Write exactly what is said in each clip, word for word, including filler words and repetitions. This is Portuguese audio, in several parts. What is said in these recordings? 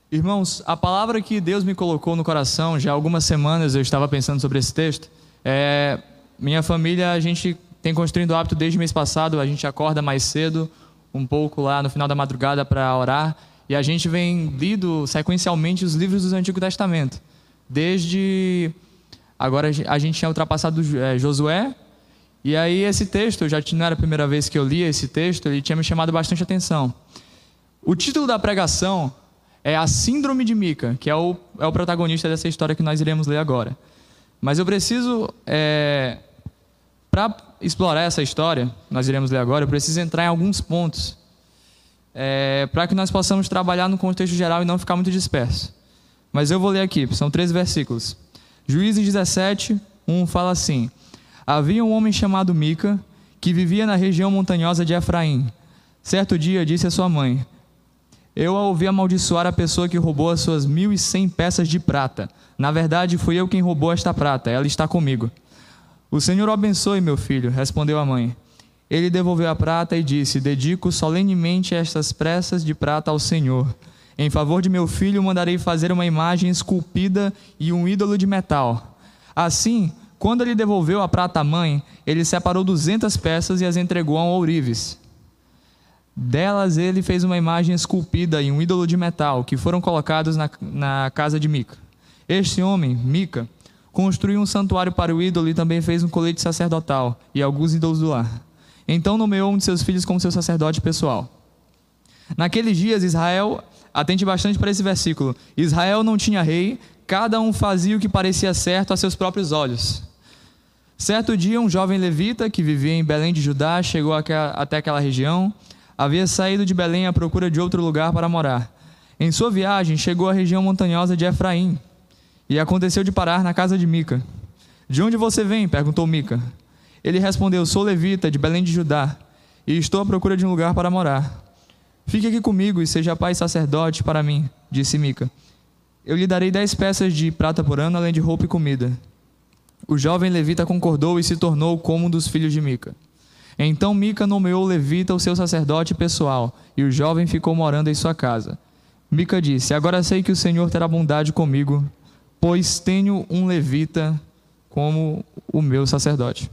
Irmãos, a palavra que Deus me colocou no coração, já há algumas semanas eu estava pensando sobre esse texto, é, minha família, a gente tem construído o hábito desde o mês passado, a gente acorda mais cedo, um pouco lá no final da madrugada para orar, e a gente vem lido sequencialmente os livros do Antigo Testamento. Desde, agora a gente tinha ultrapassado é, Josué, e aí esse texto, já não era a primeira vez que eu lia esse texto, ele tinha me chamado bastante atenção. O título da pregação é a Síndrome de Mica, que é o, é o protagonista dessa história que nós iremos ler agora. Mas eu preciso, é, para explorar essa história, nós iremos ler agora, eu preciso entrar em alguns pontos, é, para que nós possamos trabalhar no contexto geral e não ficar muito disperso. Mas eu vou ler aqui, são três versículos. Juízes dezessete, um fala assim: havia um homem chamado Mica, que vivia na região montanhosa de Efraim. Certo dia disse a sua mãe: eu a ouvi amaldiçoar a pessoa que roubou as suas mil e cem peças de prata. Na verdade, fui eu quem roubou esta prata, ela está comigo. O Senhor o abençoe, meu filho, respondeu a mãe. Ele devolveu a prata e disse: dedico solenemente estas peças de prata ao Senhor. Em favor de meu filho, mandarei fazer uma imagem esculpida e um ídolo de metal. Assim, quando ele devolveu a prata à mãe, ele separou duzentas peças e as entregou a um ourives. Delas ele fez uma imagem esculpida e um ídolo de metal, que foram colocados na, na casa de Mica. Este homem, Mica, construiu um santuário para o ídolo e também fez um colete sacerdotal e alguns ídolos do lar. Então nomeou um de seus filhos como seu sacerdote pessoal. Naqueles dias, Israel, atente bastante para esse versículo, Israel não tinha rei, cada um fazia o que parecia certo a seus próprios olhos. Certo dia, um jovem levita, que vivia em Belém de Judá, chegou até aquela região. Havia saído de Belém à procura de outro lugar para morar. Em sua viagem, chegou à região montanhosa de Efraim, e aconteceu de parar na casa de Mica. De onde você vem? Perguntou Mica. Ele respondeu: sou levita de Belém de Judá, e estou à procura de um lugar para morar. Fique aqui comigo e seja pai sacerdote para mim, disse Mica. Eu lhe darei dez peças de prata por ano, além de roupa e comida. O jovem levita concordou e se tornou como um dos filhos de Mica. Então Mica nomeou o levita o seu sacerdote pessoal, e o jovem ficou morando em sua casa. Mica disse: agora sei que o Senhor terá bondade comigo, pois tenho um levita como o meu sacerdote.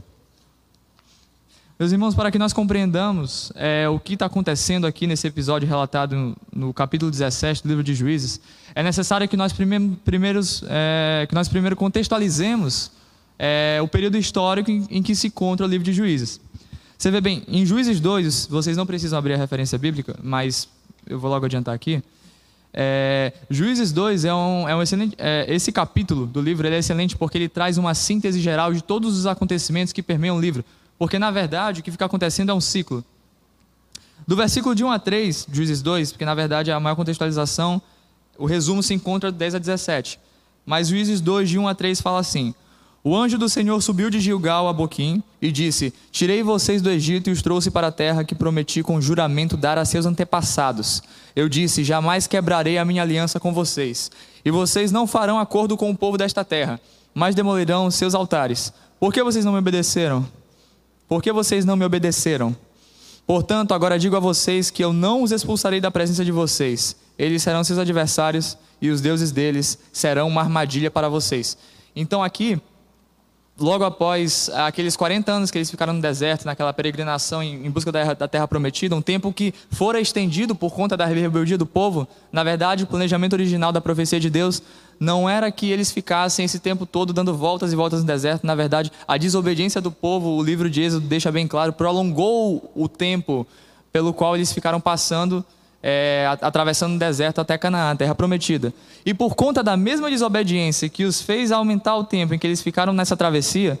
Meus irmãos, para que nós compreendamos é, o que está acontecendo aqui nesse episódio relatado no, no capítulo dezessete do livro de Juízes, é necessário que nós primeiro, primeiros, é, que nós primeiro contextualizemos é, o período histórico em, em que se encontra o livro de Juízes. Você vê bem, em Juízes dois, vocês não precisam abrir a referência bíblica, mas eu vou logo adiantar aqui. É, Juízes dois é um, é um excelente... É, esse capítulo do livro ele é excelente porque ele traz uma síntese geral de todos os acontecimentos que permeiam o livro. Porque, na verdade, o que fica acontecendo é um ciclo. Do versículo de um a três, Juízes dois, porque, na verdade, a maior contextualização, o resumo se encontra de dez a dezessete. Mas Juízes dois, de um a três, fala assim: o anjo do Senhor subiu de Gilgal a Boquim e disse: tirei vocês do Egito e os trouxe para a terra que prometi com juramento dar a seus antepassados. Eu disse: jamais quebrarei a minha aliança com vocês. E vocês não farão acordo com o povo desta terra, mas demolirão os seus altares. Por que vocês não me obedeceram? Por que vocês não me obedeceram? Portanto, agora digo a vocês que eu não os expulsarei da presença de vocês. Eles serão seus adversários e os deuses deles serão uma armadilha para vocês. Então aqui, logo após aqueles quarenta anos que eles ficaram no deserto, naquela peregrinação em busca da terra prometida, um tempo que fora estendido por conta da rebeldia do povo, na verdade, o planejamento original da profecia de Deus não era que eles ficassem esse tempo todo dando voltas e voltas no deserto. Na verdade, a desobediência do povo, o livro de Êxodo deixa bem claro, prolongou o tempo pelo qual eles ficaram passando, é, atravessando o deserto até Canaã, a terra prometida. E por conta da mesma desobediência que os fez aumentar o tempo em que eles ficaram nessa travessia,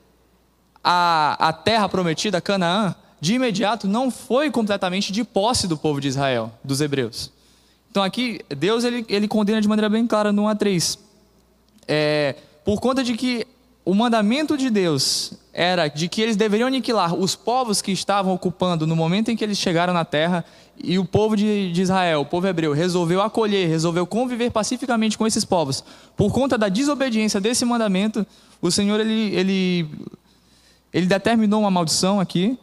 a, a terra prometida, Canaã, de imediato não foi completamente de posse do povo de Israel, dos hebreus. Então aqui, Deus ele, ele condena de maneira bem clara no um a três. É, por conta de que o mandamento de Deus era de que eles deveriam aniquilar os povos que estavam ocupando no momento em que eles chegaram na terra, e o povo de, de Israel, o povo hebreu, resolveu acolher, resolveu conviver pacificamente com esses povos. Por conta da desobediência desse mandamento, o Senhor ele, ele, ele determinou uma maldição aqui,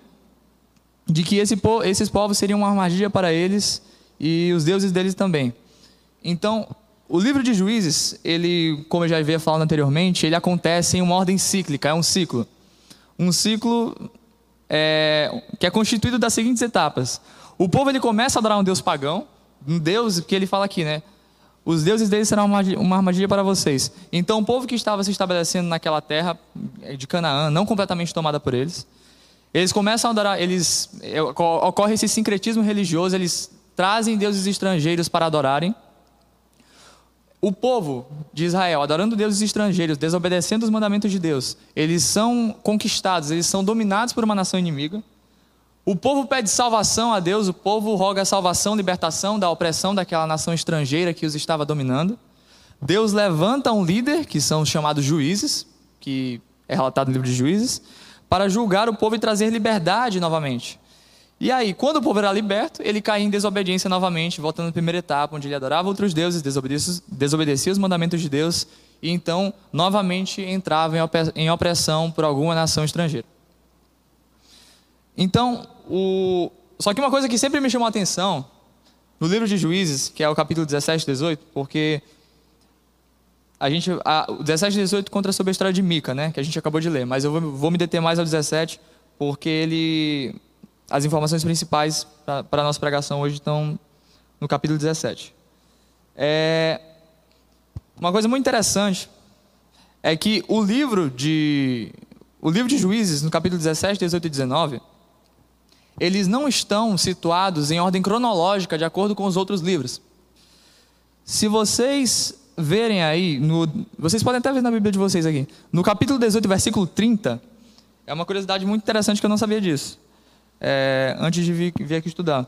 de que esse, esses povos seriam uma armadilha para eles, e os deuses deles também. Então, o livro de Juízes, ele, como eu já havia falado anteriormente, ele acontece em uma ordem cíclica, é um ciclo. Um ciclo é, que é constituído das seguintes etapas. O povo ele começa a adorar um deus pagão, um deus que ele fala aqui, né? Os deuses deles serão uma armadilha para vocês. Então, o povo que estava se estabelecendo naquela terra de Canaã, não completamente tomada por eles, eles começam a adorar, eles, ocorre esse sincretismo religioso, eles trazem deuses estrangeiros para adorarem. O povo de Israel, adorando deuses estrangeiros, desobedecendo os mandamentos de Deus, eles são conquistados, eles são dominados por uma nação inimiga. O povo pede salvação a Deus, o povo roga salvação, libertação da opressão daquela nação estrangeira que os estava dominando. Deus levanta um líder, que são os chamados juízes, que é relatado no livro de Juízes, para julgar o povo e trazer liberdade novamente. E aí, quando o povo era liberto, ele caía em desobediência novamente, voltando à primeira etapa, onde ele adorava outros deuses, desobedecia, desobedecia os mandamentos de Deus, e então, novamente, entrava em opressão por alguma nação estrangeira. Então, o... só que uma coisa que sempre me chamou a atenção, no livro de Juízes, que é o capítulo dezessete e dezoito, porque a gente, a, o dezessete e dezoito conta sobre a história de Mica, né, que a gente acabou de ler, mas eu vou, vou me deter mais ao dezessete, porque ele... as informações principais para a nossa pregação hoje estão no capítulo dezessete. É, uma coisa muito interessante é que o livro de, o livro de Juízes, no capítulo dezessete, dezoito e dezenove, eles não estão situados em ordem cronológica de acordo com os outros livros. Se vocês verem aí, no, vocês podem até ver na Bíblia de vocês aqui, no capítulo dezoito, versículo trinta, é uma curiosidade muito interessante que eu não sabia disso. É, antes de vir, vir aqui estudar.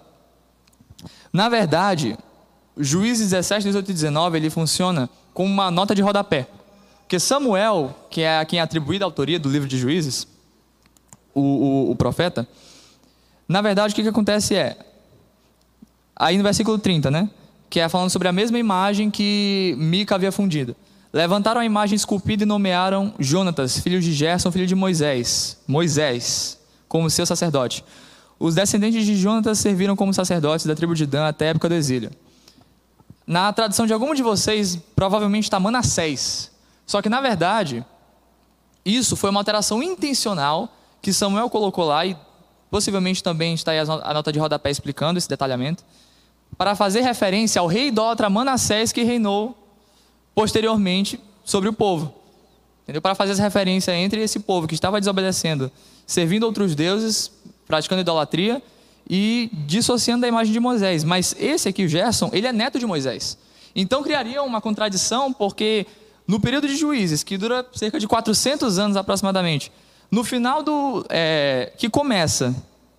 Na verdade, Juízes dezessete, dezoito e dezenove, ele funciona como uma nota de rodapé. Porque Samuel, que é a quem é atribuída a autoria do livro de Juízes, o, o, o profeta, na verdade, o que, que acontece é, aí no versículo trinta, né, que é falando sobre a mesma imagem que Mica havia fundido. Levantaram a imagem esculpida e nomearam Jonatas, filho de Gerson, filho de Moisés, Moisés, como seu sacerdote. Os descendentes de Jonatas serviram como sacerdotes da tribo de Dan até a época do exílio. Na tradução de algum de vocês, provavelmente está Manassés. Só que, na verdade, isso foi uma alteração intencional que Samuel colocou lá, e possivelmente também está aí a nota de rodapé explicando esse detalhamento, para fazer referência ao rei idólatra Manassés que reinou posteriormente sobre o povo. Entendeu? Para fazer essa referência entre esse povo que estava desobedecendo, servindo outros deuses, praticando idolatria e dissociando da imagem de Moisés. Mas esse aqui, o Gerson, ele é neto de Moisés. Então criaria uma contradição, porque no período de Juízes, que dura cerca de quatrocentos anos aproximadamente, no final do... É, que começa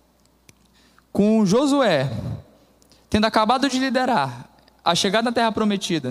com Josué tendo acabado de liderar a chegada na Terra Prometida,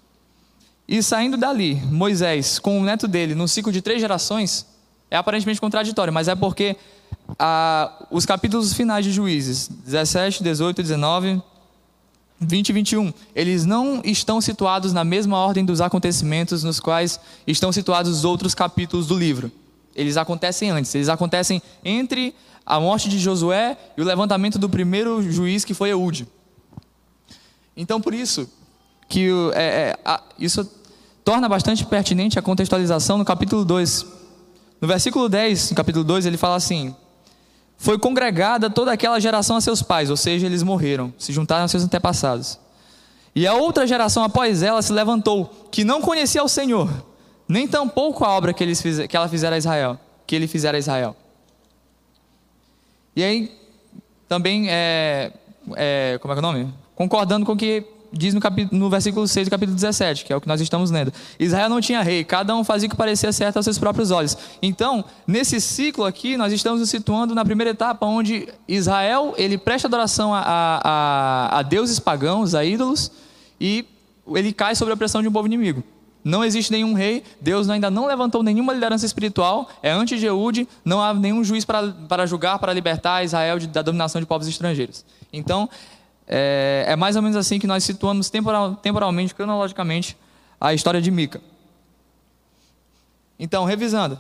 e saindo dali, Moisés, com o neto dele, num ciclo de três gerações, é aparentemente contraditório, mas é porque ah, os capítulos finais de Juízes, dezessete, dezoito, dezenove, vinte e vinte e um, eles não estão situados na mesma ordem dos acontecimentos nos quais estão situados os outros capítulos do livro. Eles acontecem antes, eles acontecem entre a morte de Josué e o levantamento do primeiro juiz, que foi Eude. Então, por isso, que é, é, a, isso torna bastante pertinente a contextualização no capítulo dois. No versículo dez, no capítulo dois, ele fala assim: foi congregada toda aquela geração a seus pais, ou seja, eles morreram, se juntaram aos seus antepassados. E a outra geração após ela se levantou, que não conhecia o Senhor, nem tampouco a obra que, eles fiz, que ela fizera a Israel, que ele fizera a Israel. E aí, também, é, é, como é que é o nome? Concordando com o que diz no, capítulo, no versículo seis do capítulo dezessete, que é o que nós estamos lendo. Israel não tinha rei, cada um fazia o que parecia certo aos seus próprios olhos. Então, nesse ciclo aqui, nós estamos nos situando na primeira etapa, onde Israel, ele presta adoração a, a, a deuses pagãos, a ídolos, e ele cai sob a pressão de um povo inimigo. Não existe nenhum rei, Deus ainda não levantou nenhuma liderança espiritual, é antes de Eude, não há nenhum juiz para, para julgar, para libertar Israel de, da dominação de povos estrangeiros. Então, é, é mais ou menos assim que nós situamos temporal, temporalmente, cronologicamente, a história de Mica. Então, revisando.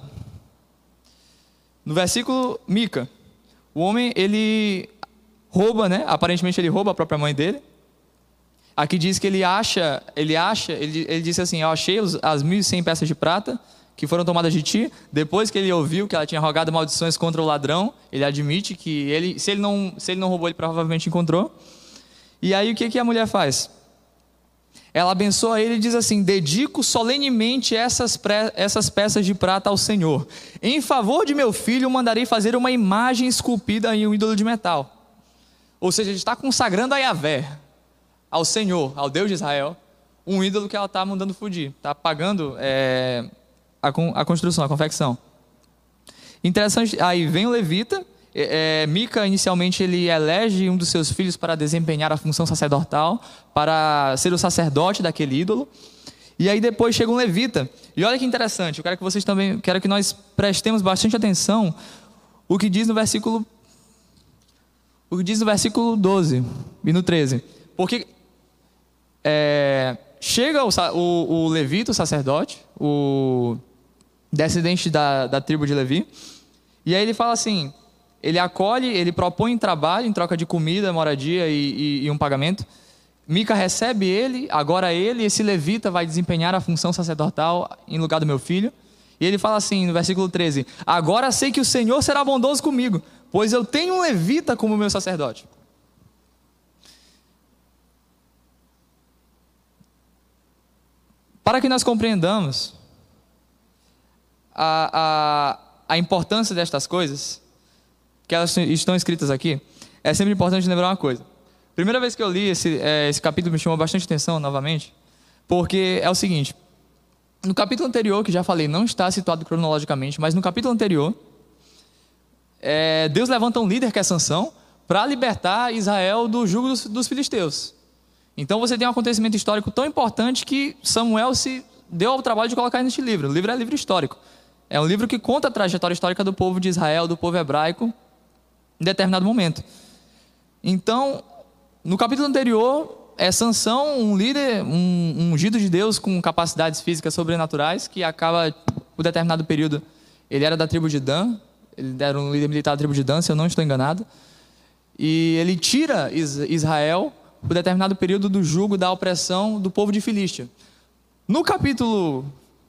No versículo Mica, o homem, ele rouba, né? Aparentemente ele rouba a própria mãe dele. aqui diz que ele acha, ele acha, ele, ele disse assim: eu achei os, as mil e cem peças de prata que foram tomadas de ti. Depois que ele ouviu que ela tinha rogado maldições contra o ladrão, ele admite que ele, se ele não, se ele não roubou, ele provavelmente encontrou. E aí o que, que a mulher faz? Ela abençoa ele e diz assim: dedico solenemente essas, pre, essas peças de prata ao Senhor. Em favor de meu filho, mandarei fazer uma imagem esculpida em um ídolo de metal. Ou seja, ele está consagrando a Yahvé, ao Senhor, ao Deus de Israel, um ídolo que ela está mandando fugir. Está pagando é, a, a construção, a confecção. Interessante, aí vem o levita. É, Mica, inicialmente, ele elege um dos seus filhos para desempenhar a função sacerdotal, para ser o sacerdote daquele ídolo. E aí depois chega um levita. E olha que interessante, eu quero que vocês também, quero que nós prestemos bastante atenção o que diz no versículo o que diz no versículo doze e no treze. Porque é, chega o, o, o levita, o sacerdote, o descendente da, da tribo de Levi, e aí ele fala assim: ele acolhe, ele propõe trabalho em troca de comida, moradia e, e, e um pagamento. Mica recebe ele, agora ele, esse levita, vai desempenhar a função sacerdotal em lugar do meu filho. E ele fala assim no versículo treze: agora sei que o Senhor será bondoso comigo, pois eu tenho um levita como meu sacerdote. Para que nós compreendamos a, a, a importância destas coisas, que elas estão escritas aqui, é sempre importante lembrar uma coisa. Primeira vez que eu li esse, é, esse capítulo me chamou bastante atenção novamente, porque é o seguinte: no capítulo anterior, que já falei, não está situado cronologicamente, mas no capítulo anterior, é, Deus levanta um líder que é Sansão para libertar Israel do jugo dos, dos filisteus. Então você tem um acontecimento histórico tão importante que Samuel se deu ao trabalho de colocar neste livro. O livro é livro histórico. É um livro que conta a trajetória histórica do povo de Israel, do povo hebraico, em determinado momento. Então, no capítulo anterior, é Sansão, um líder, um, um ungido de Deus com capacidades físicas sobrenaturais, que acaba, por determinado período, ele era da tribo de Dan, ele era um líder militar da tribo de Dan, se eu não estou enganado, e ele tira Israel, por determinado período, do jugo, da opressão do povo de Filístia. No capítulo...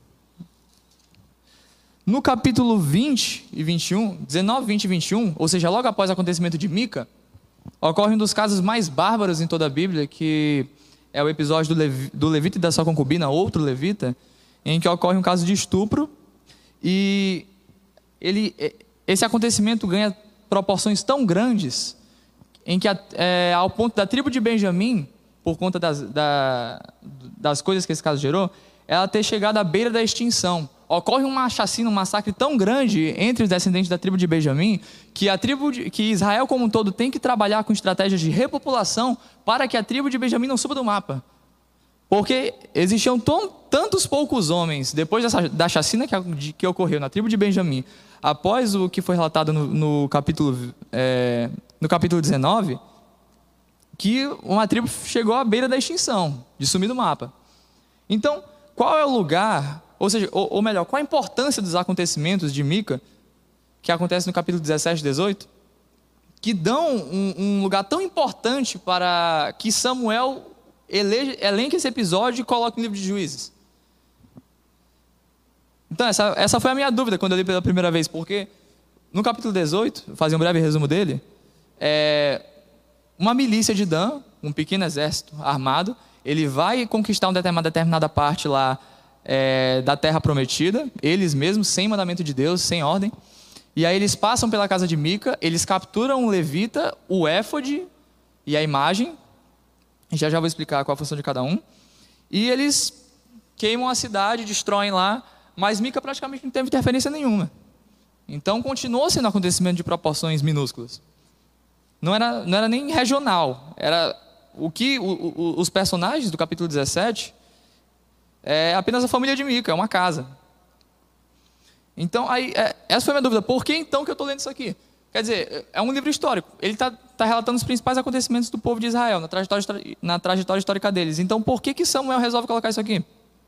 No capítulo vinte e vinte e um, dezenove, vinte e vinte e um, ou seja, logo após o acontecimento de Mica, ocorre um dos casos mais bárbaros em toda a Bíblia, que é o episódio do, Levi, do levita e da sua concubina, outro levita, em que ocorre um caso de estupro, e ele, esse acontecimento ganha proporções tão grandes, em que é, ao ponto da tribo de Benjamim, por conta das, da, das coisas que esse caso gerou, ela ter chegado à beira da extinção. Ocorre uma chacina, um massacre tão grande entre os descendentes da tribo de Benjamim, que a tribo de, que Israel como um todo tem que trabalhar com estratégias de repopulação para que a tribo de Benjamim não suba do mapa. Porque existiam tão, tantos poucos homens, depois dessa, da chacina que, que ocorreu na tribo de Benjamim, após o que foi relatado no, no, capítulo, é, no capítulo dezenove, que uma tribo chegou à beira da extinção, de sumir do mapa. Então, qual é o lugar... Ou seja, ou, ou melhor, qual a importância dos acontecimentos de Mica, que acontece no capítulo dezessete e dezoito, que dão um, um lugar tão importante para que Samuel eleja, elenque esse episódio e coloque no livro de Juízes? Então, essa, essa foi a minha dúvida quando eu li pela primeira vez, porque no capítulo dezoito, vou fazer um breve resumo dele, é, uma milícia de Dan, um pequeno exército armado, ele vai conquistar uma determinada, determinada parte lá, É, da terra prometida, eles mesmos, sem mandamento de Deus, sem ordem. E aí eles passam pela casa de Mica, eles capturam o levita, o éfode e a imagem. Já já vou explicar qual a função de cada um. E eles queimam a cidade, destroem lá, mas Mica praticamente não teve interferência nenhuma. Então continuou sendo um acontecimento de proporções minúsculas. Não era, não era nem regional. Era o que o, o, os personagens do capítulo dezessete... é apenas a família de Mica, é uma casa. Então, aí, é, essa foi a minha dúvida. Por que então que eu estou lendo isso aqui? Quer dizer, é um livro histórico. Ele está tá relatando os principais acontecimentos do povo de Israel, na trajetória, na trajetória histórica deles. Então, por que que Samuel resolve colocar isso aqui?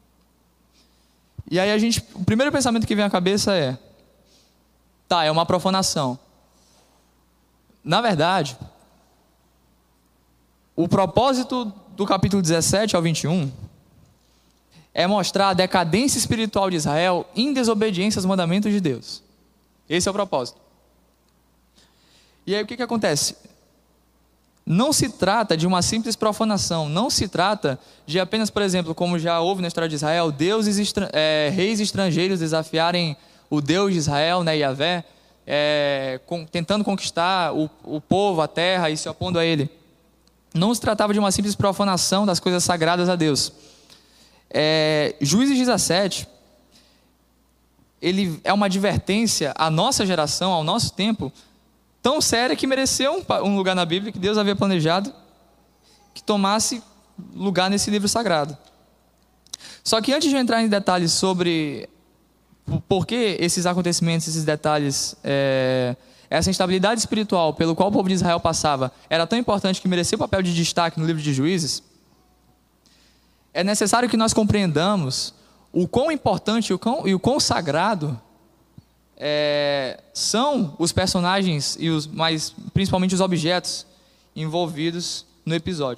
E aí, a gente, o primeiro pensamento que vem à cabeça é... Tá, é uma profanação. Na verdade, o propósito do capítulo dezessete ao vinte e um é mostrar a decadência espiritual de Israel em desobediência aos mandamentos de Deus. Esse é o propósito. E aí o que, que acontece? Não se trata de uma simples profanação, não se trata de apenas, por exemplo, como já houve na história de Israel, deuses estra- é, reis estrangeiros desafiarem o Deus de Israel, né, Yahvé, é, com, tentando conquistar o, o povo, a terra e se opondo a ele. Não se tratava de uma simples profanação das coisas sagradas a Deus. É, Juízes dezessete, ele é uma advertência à nossa geração, ao nosso tempo, tão séria que mereceu um, um lugar na Bíblia, que Deus havia planejado que tomasse lugar nesse livro sagrado. Só que antes de eu entrar em detalhes sobre por que esses acontecimentos, esses detalhes, é, essa instabilidade espiritual pelo qual o povo de Israel passava era tão importante que merecia o papel de destaque no livro de Juízes, é necessário que nós compreendamos o quão importante e o quão, e o quão sagrado é, são os personagens e os, mais, principalmente os objetos envolvidos no episódio.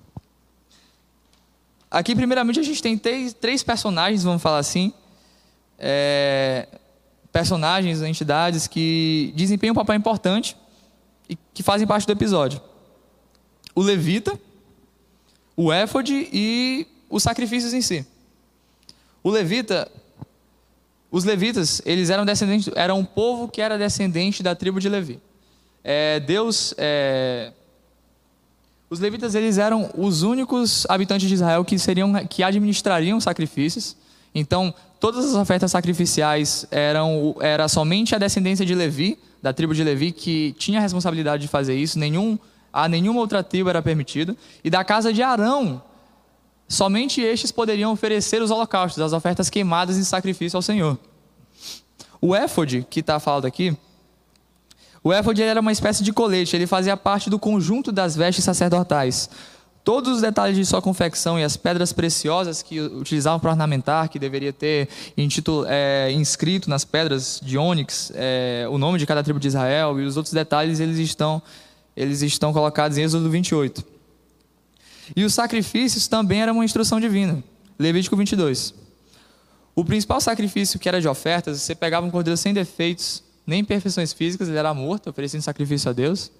Aqui, primeiramente, a gente tem três, três personagens, vamos falar assim, é, personagens, entidades que desempenham um papel importante e que fazem parte do episódio. O levita, o éfode e os sacrifícios em si. O levita, os levitas, eles eram descendentes, eram um povo que era descendente da tribo de Levi. É, Deus, é, os levitas, eles eram os únicos habitantes de Israel que seriam, que administrariam sacrifícios. Então, todas as ofertas sacrificiais eram, era somente a descendência de Levi, da tribo de Levi, que tinha a responsabilidade de fazer isso. Nenhum, a nenhuma outra tribo era permitido. E da casa de Arão, somente estes poderiam oferecer os holocaustos, as ofertas queimadas em sacrifício ao Senhor. O éfode, que está falado aqui, o éfode era uma espécie de colete, ele fazia parte do conjunto das vestes sacerdotais. Todos os detalhes de sua confecção e as pedras preciosas que utilizavam para ornamentar, que deveria ter intitula, é, inscrito nas pedras de ônix é, o nome de cada tribo de Israel, e os outros detalhes eles estão, eles estão colocados em Êxodo vinte e oito. E os sacrifícios também eram uma instrução divina. Levítico vinte e dois. O principal sacrifício que era de ofertas, você pegava um cordeiro sem defeitos, nem imperfeições físicas, ele era morto, oferecendo sacrifício a Deus.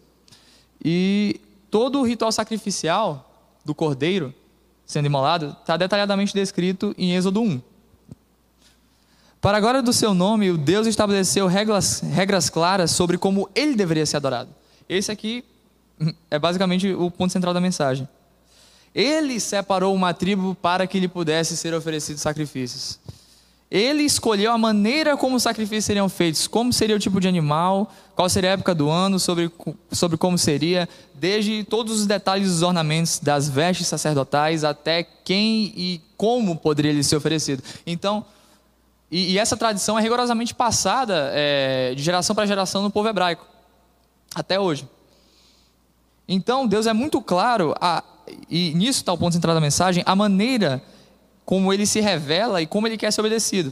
E todo o ritual sacrificial do cordeiro sendo imolado está detalhadamente descrito em Êxodo um. Para a glória do seu nome, o Deus estabeleceu regras, regras claras sobre como ele deveria ser adorado. Esse aqui é basicamente o ponto central da mensagem. Ele separou uma tribo para que lhe pudesse ser oferecidos sacrifícios. Ele escolheu a maneira como os sacrifícios seriam feitos, como seria o tipo de animal, qual seria a época do ano, sobre, sobre como seria, desde todos os detalhes dos ornamentos, das vestes sacerdotais, até quem e como poderia lhe ser oferecido. Então, e, e essa tradição é rigorosamente passada é, de geração para geração no povo hebraico, até hoje. Então, Deus é muito claro, a, e nisso está o ponto central da mensagem, a maneira como ele se revela e como ele quer ser obedecido.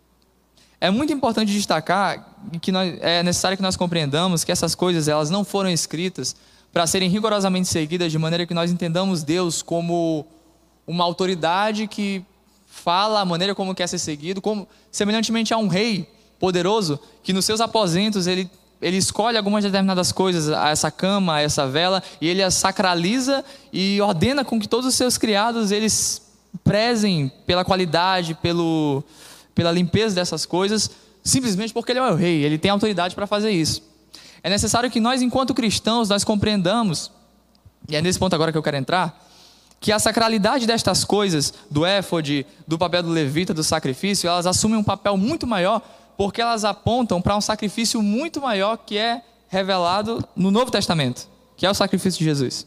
É muito importante destacar que nós, é necessário que nós compreendamos que essas coisas elas não foram escritas para serem rigorosamente seguidas de maneira que nós entendamos Deus como uma autoridade que fala a maneira como quer ser seguido, como, semelhantemente a um rei poderoso que nos seus aposentos ele, ele escolhe algumas determinadas coisas, essa cama, essa vela, e ele as sacraliza e ordena com que todos os seus criados eles prezem pela qualidade, pelo, pela limpeza dessas coisas, simplesmente porque ele é o rei, ele tem autoridade para fazer isso. É necessário que nós, enquanto cristãos, nós compreendamos, e é nesse ponto agora que eu quero entrar, que a sacralidade destas coisas, do éfode, do papel do levita, do sacrifício, elas assumem um papel muito maior, porque elas apontam para um sacrifício muito maior que é revelado no Novo Testamento, que é o sacrifício de Jesus.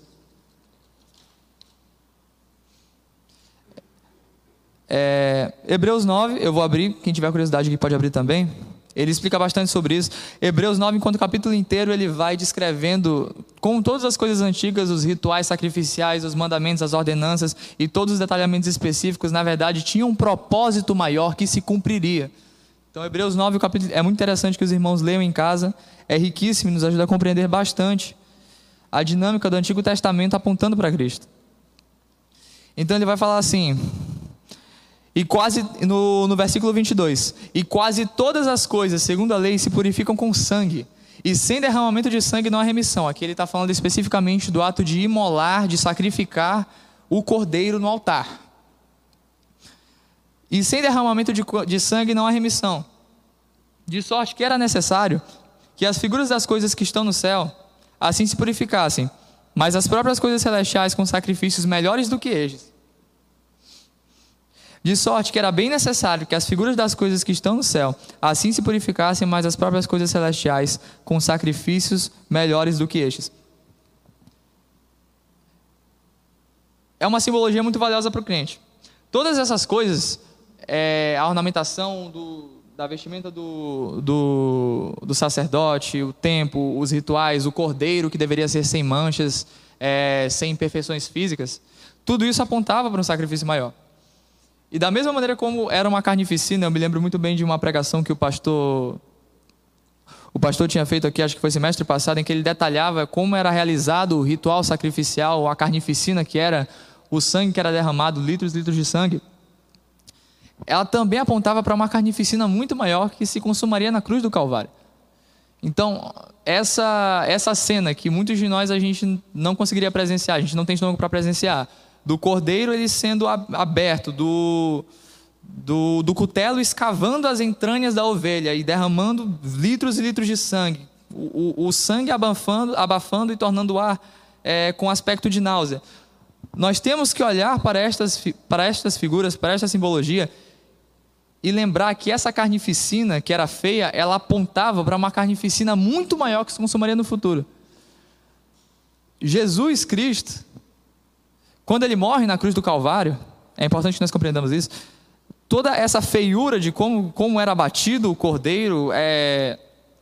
É, Hebreus nove, eu vou abrir, quem tiver curiosidade aqui pode abrir também. Ele explica bastante sobre isso. Hebreus nove, enquanto o capítulo inteiro ele vai descrevendo, com todas as coisas antigas, os rituais sacrificiais, os mandamentos, as ordenanças e todos os detalhamentos específicos, na verdade, tinham um propósito maior que se cumpriria. Então, Hebreus nove, o capítulo, é muito interessante que os irmãos leiam em casa, é riquíssimo e nos ajuda a compreender bastante a dinâmica do Antigo Testamento apontando para Cristo. Então ele vai falar assim, e quase, no, no versículo vinte e dois, e quase todas as coisas, segundo a lei, se purificam com sangue, e sem derramamento de sangue não há remissão. Aqui ele está falando especificamente do ato de imolar, de sacrificar o cordeiro no altar. E sem derramamento de, de sangue não há remissão. De sorte que era necessário que as figuras das coisas que estão no céu assim se purificassem, mas as próprias coisas celestiais com sacrifícios melhores do que estes. De sorte que era bem necessário que as figuras das coisas que estão no céu assim se purificassem, mas as próprias coisas celestiais com sacrifícios melhores do que estes. É uma simbologia muito valiosa para o crente. Todas essas coisas, é, a ornamentação do, da vestimenta do, do, do sacerdote, o templo, os rituais, o cordeiro que deveria ser sem manchas, é, sem imperfeições físicas, tudo isso apontava para um sacrifício maior. E da mesma maneira como era uma carnificina, eu me lembro muito bem de uma pregação que o pastor, o pastor tinha feito aqui, acho que foi semestre passado, em que ele detalhava como era realizado o ritual sacrificial, a carnificina, que era o sangue que era derramado, litros e litros de sangue. Ela também apontava para uma carnificina muito maior que se consumaria na cruz do Calvário. Então, essa, essa cena que muitos de nós a gente não conseguiria presenciar, a gente não tem estômago para presenciar, do cordeiro ele sendo aberto, do, do, do cutelo escavando as entranhas da ovelha e derramando litros e litros de sangue, o, o, o sangue abafando, abafando e tornando o ar é, com aspecto de náusea. Nós temos que olhar para estas, para estas figuras, para esta simbologia, e lembrar que essa carnificina, que era feia, ela apontava para uma carnificina muito maior que se consumaria no futuro. Jesus Cristo, quando ele morre na cruz do Calvário, é importante que nós compreendamos isso, toda essa feiura de como, como era abatido o cordeiro, é,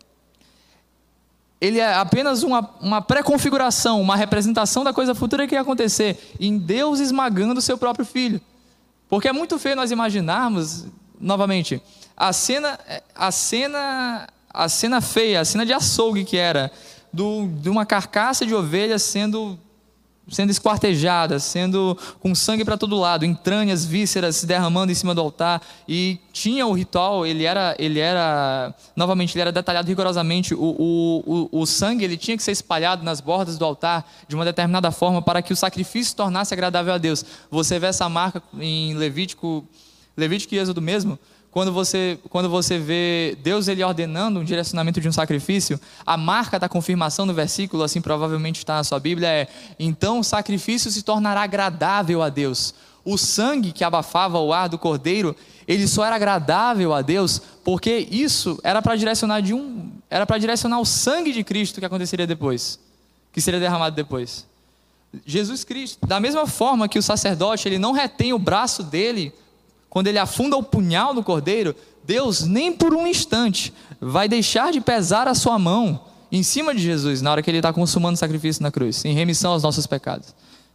ele é apenas uma, uma pré-configuração, uma representação da coisa futura que ia acontecer, em Deus esmagando o seu próprio filho. Porque é muito feio nós imaginarmos, novamente, a cena, a cena, a cena feia, a cena de açougue que era, do, de uma carcaça de ovelha sendo... sendo esquartejada, sendo com sangue para todo lado, entranhas, vísceras se derramando em cima do altar, e tinha o ritual, ele era, ele era novamente, ele era detalhado rigorosamente, o, o, o, o sangue ele tinha que ser espalhado nas bordas do altar, de uma determinada forma, para que o sacrifício se tornasse agradável a Deus. Você vê essa marca em Levítico, Levítico e Êxodo mesmo, Quando você, quando você vê Deus ele ordenando um direcionamento de um sacrifício, a marca da confirmação no versículo, assim provavelmente está na sua Bíblia, é: então o sacrifício se tornará agradável a Deus. O sangue que abafava o ar do cordeiro, ele só era agradável a Deus porque isso era para direcionar de um, era para direcionar o sangue de Cristo que aconteceria depois, que seria derramado depois. Jesus Cristo, da mesma forma que o sacerdote ele não retém o braço dele quando ele afunda o punhal no cordeiro, Deus nem por um instante vai deixar de pesar a sua mão em cima de Jesus na hora que ele está consumando o sacrifício na cruz, em remissão aos nossos pecados.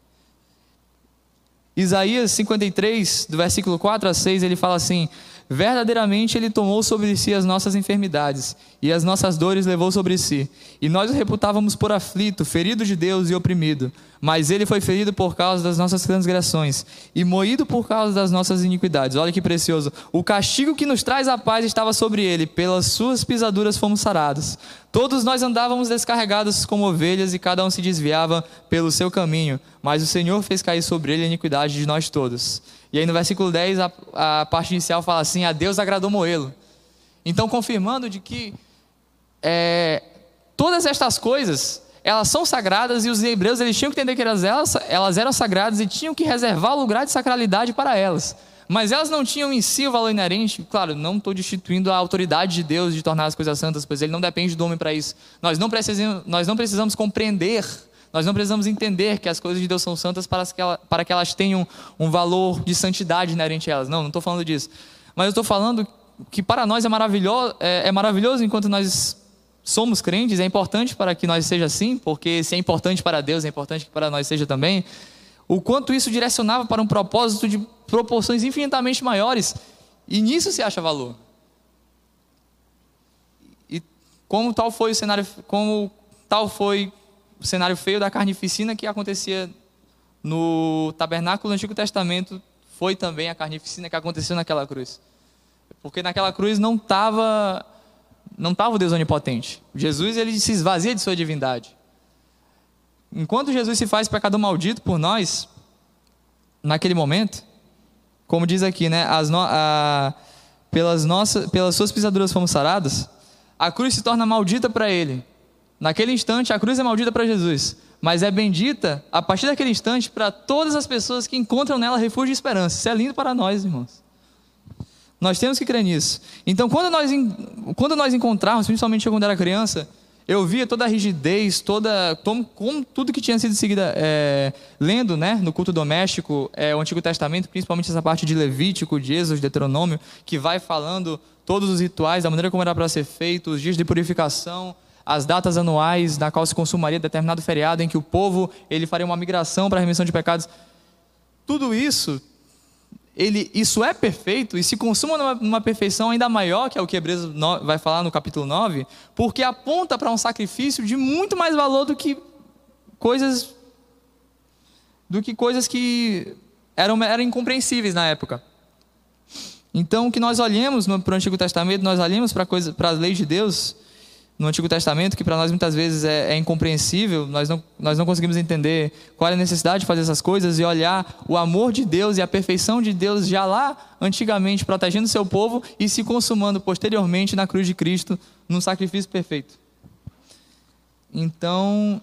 Isaías cinquenta e três, do versículo quatro a seis, ele fala assim: verdadeiramente ele tomou sobre si as nossas enfermidades e as nossas dores levou sobre si, e nós o reputávamos por aflito, ferido de Deus e oprimido, mas ele foi ferido por causa das nossas transgressões e moído por causa das nossas iniquidades. Olha que precioso: o castigo que nos traz a paz estava sobre ele, pelas suas pisaduras fomos sarados. Todos nós andávamos descarregados como ovelhas e cada um se desviava pelo seu caminho, mas o Senhor fez cair sobre ele a iniquidade de nós todos. E aí no versículo dez, a, a parte inicial fala assim: a Deus agradou moê-lo. Então, confirmando de que é, todas estas coisas, elas são sagradas, e os hebreus eles tinham que entender que elas, elas, elas eram sagradas e tinham que reservar o lugar de sacralidade para elas. Mas elas não tinham em si o valor inerente. Claro, não estou destituindo a autoridade de Deus de tornar as coisas santas, pois ele não depende do homem para isso. Nós não precisamos, nós não precisamos compreender, nós não precisamos entender que as coisas de Deus são santas para que, ela, para que elas tenham um valor de santidade inerente a elas. Não, não estou falando disso. Mas eu estou falando que para nós é maravilhoso, é, é maravilhoso enquanto nós somos crentes, é importante para que nós seja assim, porque se é importante para Deus, é importante que para nós seja também, o quanto isso direcionava para um propósito de proporções infinitamente maiores, e nisso se acha valor. E como tal foi o cenário, como tal foi o cenário feio da carnificina que acontecia no tabernáculo do Antigo Testamento foi também a carnificina que aconteceu naquela cruz. Porque naquela cruz não estava não tava o Deus onipotente. Jesus, ele se esvazia de sua divindade. Enquanto Jesus se faz pecador maldito por nós, naquele momento, como diz aqui, né, as no, a, pelas, nossas, pelas suas pisaduras fomos sarados, a cruz se torna maldita para ele. Naquele instante, a cruz é maldita para Jesus, mas é bendita, a partir daquele instante, para todas as pessoas que encontram nela refúgio e esperança. Isso é lindo para nós, irmãos. Nós temos que crer nisso. Então, quando nós, quando nós encontrarmos, principalmente quando era criança, eu via toda a rigidez, toda, como, como tudo que tinha sido seguida, é, lendo, né, no culto doméstico, é, o Antigo Testamento, principalmente essa parte de Levítico, de Êxodo, de Deuteronômio, que vai falando todos os rituais, da maneira como era para ser feito, os dias de purificação, as datas anuais na qual se consumaria determinado feriado, em que o povo ele faria uma migração para a remissão de pecados. Tudo isso, ele, isso é perfeito e se consuma numa, numa perfeição ainda maior, que é o que Hebreus vai falar no capítulo nove, porque aponta para um sacrifício de muito mais valor do que coisas, do que, coisas que eram, eram incompreensíveis na época. Então, que nós olhemos para o Antigo Testamento, nós olhemos para, coisa, para as leis de Deus no Antigo Testamento, que para nós muitas vezes é, é incompreensível, nós não, nós não conseguimos entender qual é a necessidade de fazer essas coisas, e olhar o amor de Deus e a perfeição de Deus já lá antigamente, protegendo o seu povo e se consumando posteriormente na cruz de Cristo, num sacrifício perfeito. Então,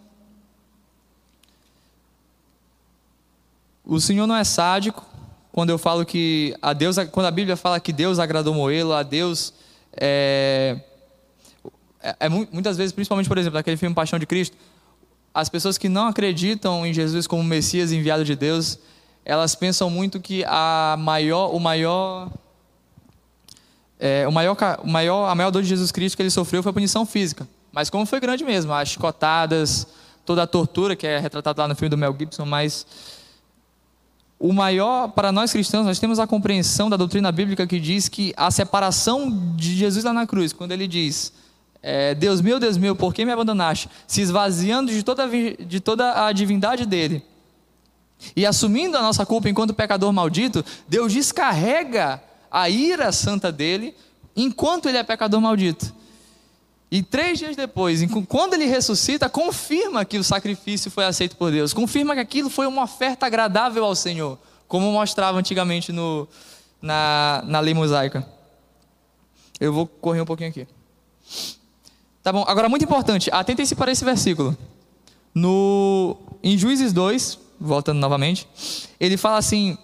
o Senhor não é sádico. Quando eu falo que a Deus, quando a Bíblia fala que Deus agradou Moelo, a Deus é, é, é muitas vezes, principalmente por exemplo, naquele filme Paixão de Cristo, as pessoas que não acreditam em Jesus como Messias enviado de Deus, elas pensam muito que a maior, o maior, é, o maior, o maior, a maior dor de Jesus Cristo que ele sofreu foi a punição física. Mas como foi grande mesmo, as chicotadas, toda a tortura que é retratada lá no filme do Mel Gibson, mas o maior, para nós cristãos, nós temos a compreensão da doutrina bíblica que diz que a separação de Jesus lá na cruz, quando ele diz, é, Deus meu, Deus meu, por que me abandonaste? Se esvaziando de toda, de toda a divindade dele e assumindo a nossa culpa enquanto pecador maldito, Deus descarrega a ira santa dele enquanto ele é pecador maldito. E três dias depois, quando ele ressuscita, confirma que o sacrifício foi aceito por Deus. Confirma que aquilo foi uma oferta agradável ao Senhor, como mostrava antigamente no, na, na lei mosaica. Eu vou correr um pouquinho aqui. Tá bom, agora muito importante, atentem-se para esse versículo. No, em Juízes dois, voltando novamente, ele fala assim: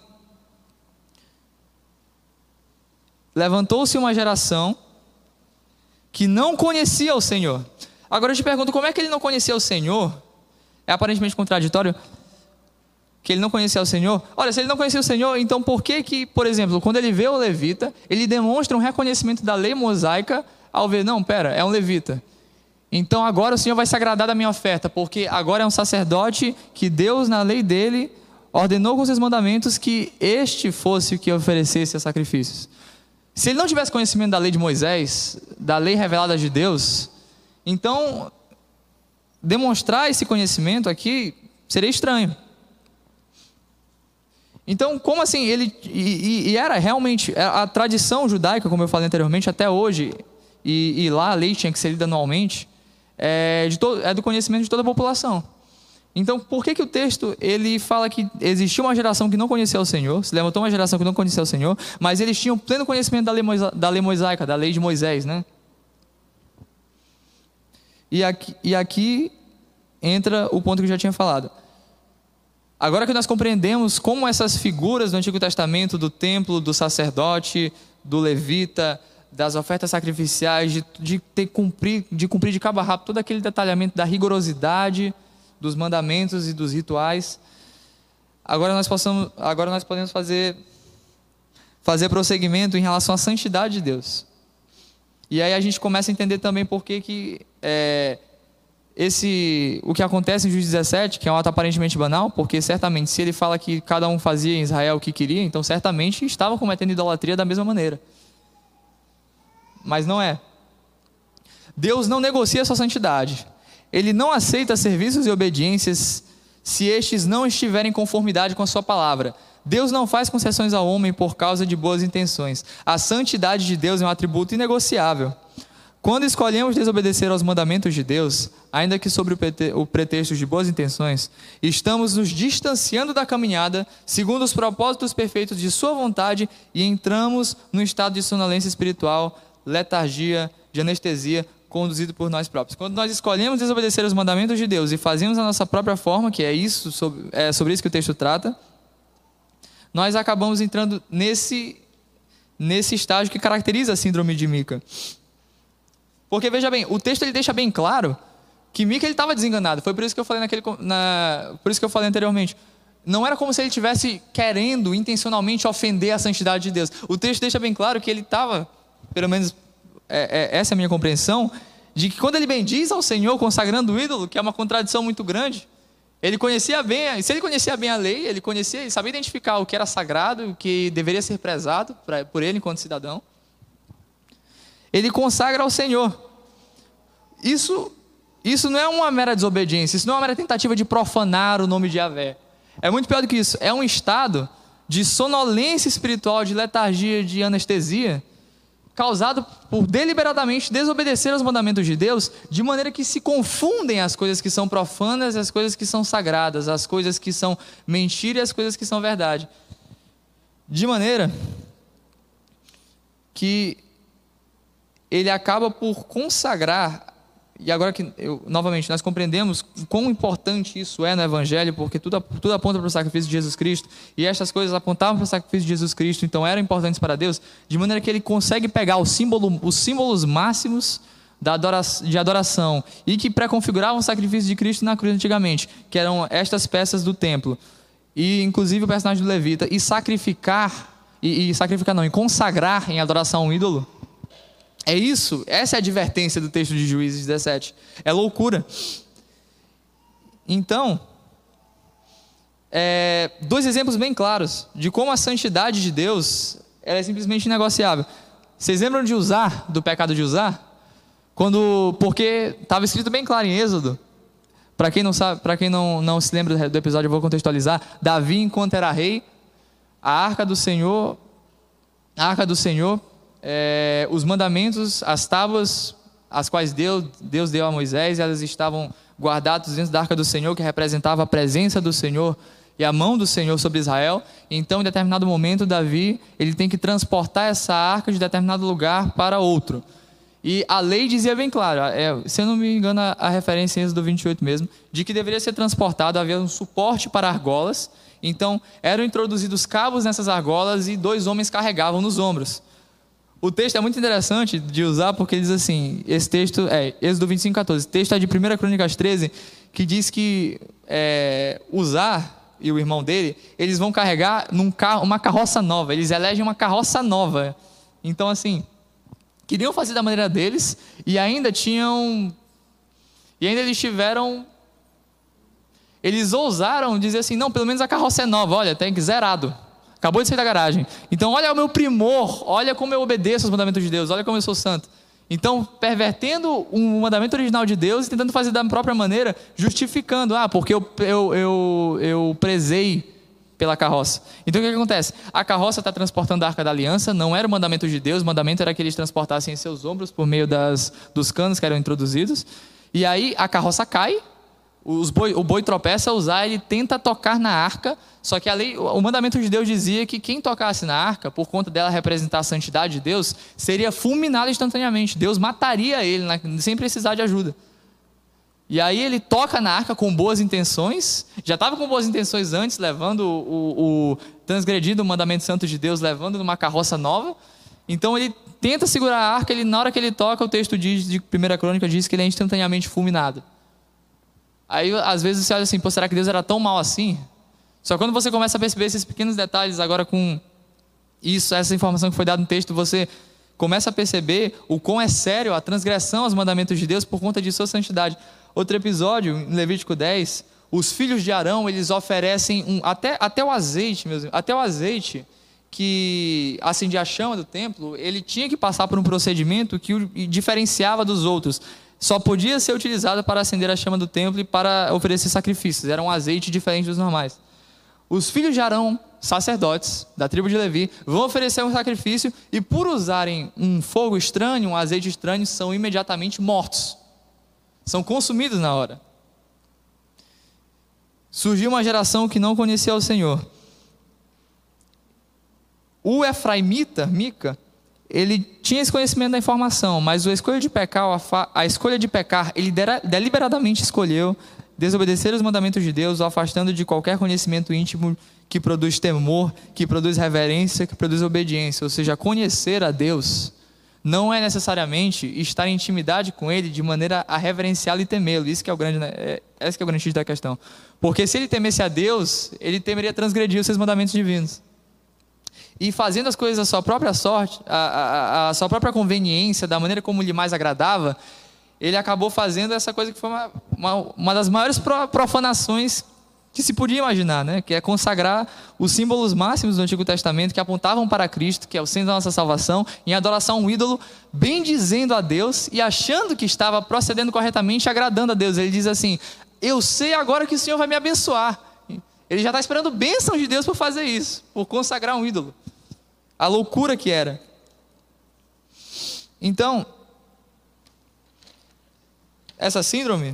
levantou-se uma geração que não conhecia o Senhor. Agora eu te pergunto, como é que ele não conhecia o Senhor? É aparentemente contraditório que ele não conhecia o Senhor. Olha, se ele não conhecia o Senhor, então por que que, por exemplo, quando ele vê o levita, ele demonstra um reconhecimento da lei mosaica ao ver, não, pera, é um levita. Então agora o Senhor vai se agradar da minha oferta, porque agora é um sacerdote que Deus, na lei dele, ordenou com seus mandamentos que este fosse o que oferecesse a sacrifícios. Se ele não tivesse conhecimento da lei de Moisés, da lei revelada de Deus, então demonstrar esse conhecimento aqui seria estranho. Então, como assim? Ele, e, e era realmente a tradição judaica, como eu falei anteriormente, até hoje, e, e lá a lei tinha que ser lida anualmente, é, de to, é do conhecimento de toda a população. Então, por que que o texto ele fala que existia uma geração que não conhecia o Senhor, se levantou uma geração que não conhecia o Senhor, mas eles tinham pleno conhecimento da lei, da lei mosaica, da lei de Moisés, né? E aqui, e aqui entra o ponto que eu já tinha falado. Agora que nós compreendemos como essas figuras do Antigo Testamento, do templo, do sacerdote, do levita, das ofertas sacrificiais, de, de, ter cumprir, de cumprir de cabo a rabo todo aquele detalhamento da rigorosidade dos mandamentos e dos rituais, agora nós, possamos, agora nós podemos fazer, fazer prosseguimento em relação à santidade de Deus. E aí a gente começa a entender também por que que é, esse, o que acontece em Juízes dezessete, que é um ato aparentemente banal, porque certamente se ele fala que cada um fazia em Israel o que queria, então certamente estavam cometendo idolatria da mesma maneira. Mas não é. Deus não negocia a sua santidade. Ele não aceita serviços e obediências se estes não estiverem em conformidade com a sua palavra. Deus não faz concessões ao homem por causa de boas intenções. A santidade de Deus é um atributo inegociável. Quando escolhemos desobedecer aos mandamentos de Deus, ainda que sobre o pretexto de boas intenções, estamos nos distanciando da caminhada segundo os propósitos perfeitos de sua vontade e entramos num estado de sonolência espiritual, letargia, de anestesia, conduzido por nós próprios. Quando nós escolhemos desobedecer aos mandamentos de Deus e fazemos a nossa própria forma, que é isso, sobre, é sobre isso que o texto trata, nós acabamos entrando nesse, nesse estágio que caracteriza a síndrome de Mica. Porque, veja bem, o texto ele deixa bem claro que Mica estava desenganado. Foi por isso que eu falei naquele, na, por isso que eu falei anteriormente. Não era como se ele estivesse querendo intencionalmente ofender a santidade de Deus. O texto deixa bem claro que ele estava, pelo menos é, é, essa é a minha compreensão, de que quando ele bendiz ao Senhor consagrando o ídolo, que é uma contradição muito grande, ele conhecia bem, se ele conhecia bem a lei, ele conhecia, ele sabia identificar o que era sagrado, o que deveria ser prezado pra, por ele enquanto cidadão. Ele consagra ao Senhor. Isso, isso não é uma mera desobediência, isso não é uma mera tentativa de profanar o nome de Yahvé. É muito pior do que isso, é um estado de sonolência espiritual, de letargia, de anestesia, causado por deliberadamente desobedecer aos mandamentos de Deus, de maneira que se confundem as coisas que são profanas e as coisas que são sagradas, as coisas que são mentira e as coisas que são verdade. De maneira que ele acaba por consagrar, e agora que, eu, novamente, nós compreendemos quão importante isso é no Evangelho, porque tudo, tudo aponta para o sacrifício de Jesus Cristo, e estas coisas apontavam para o sacrifício de Jesus Cristo, então eram importantes para Deus, de maneira que ele consegue pegar o símbolo, os símbolos máximos da adoração, de adoração, e que pré-configuravam o sacrifício de Cristo na cruz antigamente, que eram estas peças do templo, e inclusive o personagem do levita, e sacrificar, e, e sacrificar não, e consagrar em adoração a um ídolo. É isso, essa é a advertência do texto de Juízes dezessete. É loucura. Então, é, dois exemplos bem claros de como a santidade de Deus ela é simplesmente inegociável. Vocês lembram de Uzá, do pecado de Uzá? Quando, porque estava escrito bem claro em Êxodo. Para quem não sabe, para quem não, não se lembra do episódio, eu vou contextualizar. Davi, enquanto era rei, a arca do Senhor, a arca do Senhor, É, os mandamentos, as tábuas, as quais Deus, Deus deu a Moisés, elas estavam guardadas dentro da arca do Senhor, que representava a presença do Senhor e a mão do Senhor sobre Israel. Então, em determinado momento, Davi ele tem que transportar essa arca de determinado lugar para outro. E a lei dizia bem claro, é, se eu não me engano, a, a referência em Êxodo vinte e oito mesmo, de que deveria ser transportado, havia um suporte para argolas. Então, eram introduzidos cabos nessas argolas e dois homens carregavam nos ombros. O texto é muito interessante de usar porque ele diz assim, esse texto é Êxodo vinte e cinco, quatorze, o texto é de primeira Crônicas treze, que diz que é, Uzá e o irmão dele, eles vão carregar num carro, uma carroça nova, eles elegem uma carroça nova. Então assim, queriam fazer da maneira deles e ainda tinham, e ainda eles tiveram, eles ousaram dizer assim, não, pelo menos a carroça é nova, olha, tem que zerado. Acabou de sair da garagem. Então, olha o meu primor, olha como eu obedeço aos mandamentos de Deus, olha como eu sou santo. Então, pervertendo um mandamento original de Deus e tentando fazer da própria maneira, justificando, ah, porque eu, eu, eu, eu prezei pela carroça. Então, o que, que acontece? A carroça está transportando a Arca da Aliança, não era o mandamento de Deus, o mandamento era que eles transportassem em seus ombros por meio das, dos canos que eram introduzidos. E aí, a carroça cai, os boi, o boi tropeça, Uzá, ele tenta tocar na arca, só que a lei, o mandamento de Deus dizia que quem tocasse na arca, por conta dela representar a santidade de Deus, seria fulminado instantaneamente. Deus mataria ele sem precisar de ajuda. E aí ele toca na arca com boas intenções, já estava com boas intenções antes, levando o, o transgredido o mandamento santo de Deus, levando numa carroça nova. Então ele tenta segurar a arca, ele, na hora que ele toca, o texto diz, de primeira Crônica diz que ele é instantaneamente fulminado. Aí, às vezes, você olha assim, pô, será que Deus era tão mal assim? Só quando você começa a perceber esses pequenos detalhes, agora com isso, essa informação que foi dada no texto, você começa a perceber o quão é sério a transgressão aos mandamentos de Deus por conta de sua santidade. Outro episódio, em Levítico dez, os filhos de Arão, eles oferecem, um, até, até o azeite, meus, até o azeite que acendia a chama do templo, ele tinha que passar por um procedimento que o diferenciava dos outros. só podia ser utilizada para acender a chama do templo e para oferecer sacrifícios. Era um azeite diferente dos normais. Os filhos de Arão, sacerdotes da tribo de Levi, vão oferecer um sacrifício e, por usarem um fogo estranho, um azeite estranho, são imediatamente mortos. São consumidos na hora. Surgiu uma geração que não conhecia o Senhor. O efraimita, Mica, ele tinha esse conhecimento da informação, mas a escolha de pecar, a escolha de pecar, ele deliberadamente escolheu desobedecer os mandamentos de Deus, o afastando de qualquer conhecimento íntimo que produz temor, que produz reverência, que produz obediência. Ou seja, conhecer a Deus não é necessariamente estar em intimidade com Ele de maneira a reverenciá-lo e temê-lo. Isso que é o grande, é, esse que é o grande da questão. Porque se ele temesse a Deus, ele temeria transgredir os seus mandamentos divinos. E fazendo as coisas à sua própria sorte, à, à, à sua própria conveniência, da maneira como lhe mais agradava, ele acabou fazendo essa coisa que foi uma, uma, uma das maiores profanações que se podia imaginar, né? Que é consagrar os símbolos máximos do Antigo Testamento que apontavam para Cristo, que é o centro da nossa salvação, em adoração a um ídolo, bendizendo a Deus e achando que estava procedendo corretamente, agradando a Deus. Ele diz assim: eu sei agora que o Senhor vai me abençoar. Ele já está esperando bênção de Deus por fazer isso, por consagrar um ídolo. A loucura que era. Então, essa síndrome,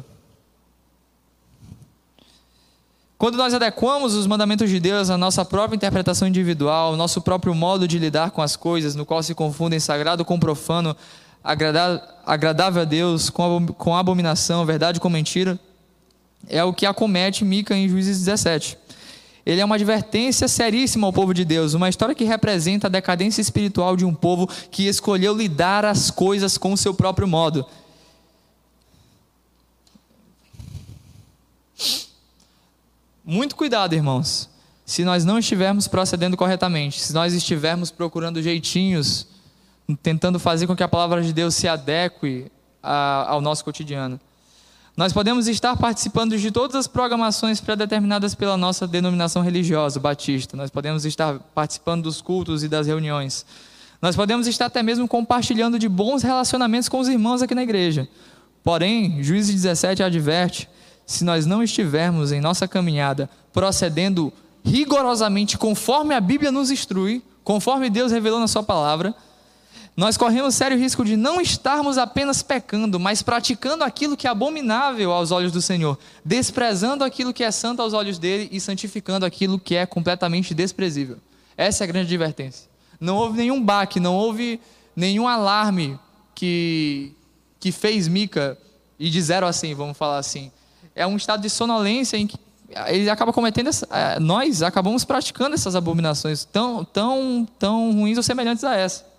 quando nós adequamos os mandamentos de Deus à nossa própria interpretação individual, ao nosso próprio modo de lidar com as coisas, no qual se confundem sagrado com profano, agradável a Deus com abominação, verdade com mentira, é o que acomete Mica em Juízes dezessete. Ele é uma advertência seríssima ao povo de Deus, uma história que representa a decadência espiritual de um povo que escolheu lidar as coisas com o seu próprio modo. Muito cuidado, irmãos, se nós não estivermos procedendo corretamente, se nós estivermos procurando jeitinhos, tentando fazer com que a palavra de Deus se adeque a, ao nosso cotidiano. Nós podemos estar participando de todas as programações pré-determinadas pela nossa denominação religiosa, batista. Nós podemos estar participando dos cultos e das reuniões. Nós podemos estar até mesmo compartilhando de bons relacionamentos com os irmãos aqui na igreja. Porém, Juízes dezessete adverte: se nós não estivermos em nossa caminhada procedendo rigorosamente conforme a Bíblia nos instrui, conforme Deus revelou na sua palavra, nós corremos sério risco de não estarmos apenas pecando, mas praticando aquilo que é abominável aos olhos do Senhor, desprezando aquilo que é santo aos olhos dele e santificando aquilo que é completamente desprezível. Essa é a grande advertência. Não houve nenhum baque, não houve nenhum alarme que, que fez Mica ir de zero assim, vamos falar assim. É um estado de sonolência em que ele acaba cometendo, essa, nós acabamos praticando essas abominações tão, tão, tão ruins ou semelhantes a essa.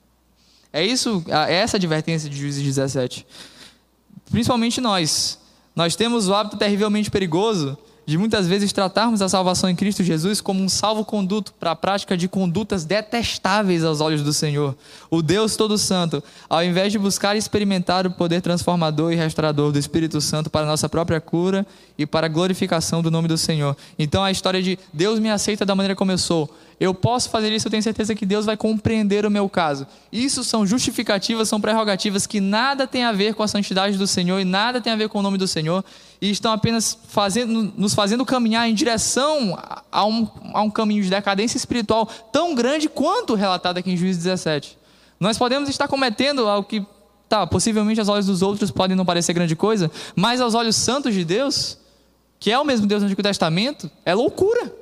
É isso, é essa advertência de Juízes dezessete. Principalmente nós. Nós temos o hábito terrivelmente perigoso de muitas vezes tratarmos a salvação em Cristo Jesus como um salvo-conduto para a prática de condutas detestáveis aos olhos do Senhor. O Deus Todo-Santo, ao invés de buscar experimentar o poder transformador e restaurador do Espírito Santo para a nossa própria cura e para a glorificação do nome do Senhor. Então a história de Deus me aceita da maneira como eu sou. Eu posso fazer isso, eu tenho certeza que Deus vai compreender o meu caso. Isso são justificativas, são prerrogativas que nada tem a ver com a santidade do Senhor e nada tem a ver com o nome do Senhor, e estão apenas fazendo, nos fazendo caminhar em direção a um, a um caminho de decadência espiritual tão grande quanto relatado aqui em Juízes dezessete. Nós podemos estar cometendo algo que, tá, possivelmente aos olhos dos outros podem não parecer grande coisa, mas aos olhos santos de Deus, que é o mesmo Deus do Antigo Testamento, é loucura.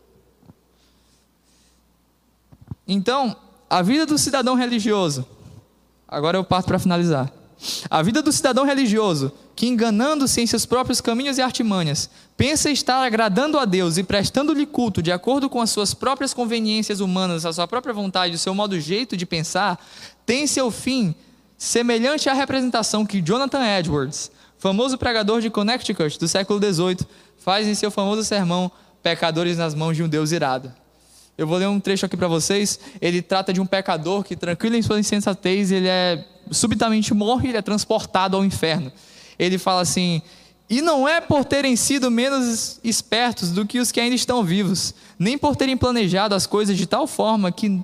Então, a vida do cidadão religioso, agora eu parto para finalizar. A vida do cidadão religioso, que enganando-se em seus próprios caminhos e artimanhas, pensa estar agradando a Deus e prestando-lhe culto de acordo com as suas próprias conveniências humanas, a sua própria vontade, o seu modo jeito de pensar, tem seu fim semelhante à representação que Jonathan Edwards, famoso pregador de Connecticut do século dezoito, faz em seu famoso sermão Pecadores nas mãos de um Deus irado. Eu vou ler um trecho aqui para vocês. Ele trata de um pecador que, tranquilo em sua insensatez, ele é subitamente morre e ele é transportado ao inferno. Ele fala assim: e não é por terem sido menos espertos do que os que ainda estão vivos, nem por terem planejado as coisas de tal forma que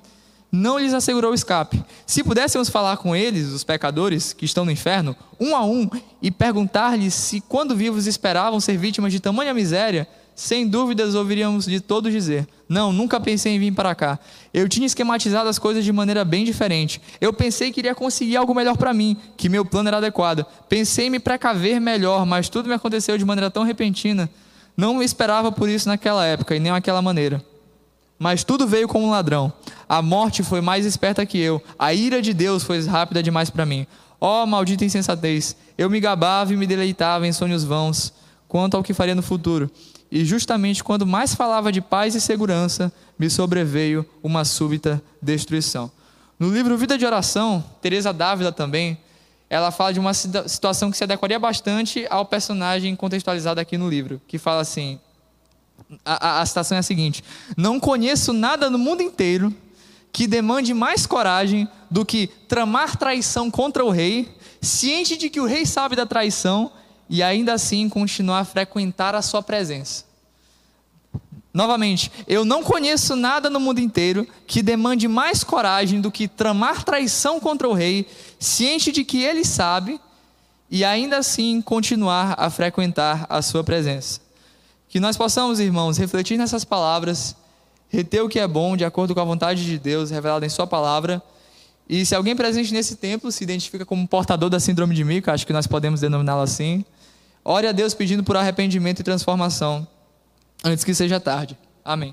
não lhes assegurou escape. Se pudéssemos falar com eles, os pecadores que estão no inferno, um a um, e perguntar-lhes se quando vivos esperavam ser vítimas de tamanha miséria, sem dúvidas ouviríamos de todos dizer: não, nunca pensei em vir para cá. Eu tinha esquematizado as coisas de maneira bem diferente. Eu pensei que iria conseguir algo melhor para mim, que meu plano era adequado. Pensei em me precaver melhor, mas tudo me aconteceu de maneira tão repentina. Não me esperava por isso naquela época e nem naquela maneira. Mas tudo veio como um ladrão. A morte foi mais esperta que eu. A ira de Deus foi rápida demais para mim. Ó, maldita insensatez! Eu me gabava e me deleitava em sonhos vãos quanto ao que faria no futuro. E justamente quando mais falava de paz e segurança, me sobreveio uma súbita destruição. No livro Vida de Oração, Teresa Dávila também, ela fala de uma situação que se adequaria bastante ao personagem contextualizado aqui no livro, que fala assim, a, a, a citação é a seguinte: não conheço nada no mundo inteiro que demande mais coragem do que tramar traição contra o rei, ciente de que o rei sabe da traição, e ainda assim continuar a frequentar a sua presença. Novamente, eu não conheço nada no mundo inteiro que demande mais coragem do que tramar traição contra o rei, ciente de que ele sabe, e ainda assim continuar a frequentar a sua presença. Que nós possamos, irmãos, refletir nessas palavras, reter o que é bom de acordo com a vontade de Deus revelada em sua palavra. E se alguém presente nesse templo se identifica como portador da síndrome de Mica, acho que nós podemos denominá-lo assim, ore a Deus pedindo por arrependimento e transformação, antes que seja tarde. Amém.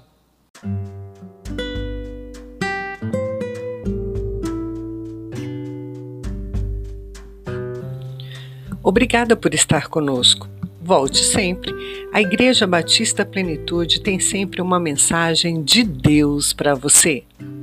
Obrigada por estar conosco. Volte sempre. A Igreja Batista Plenitude tem sempre uma mensagem de Deus para você.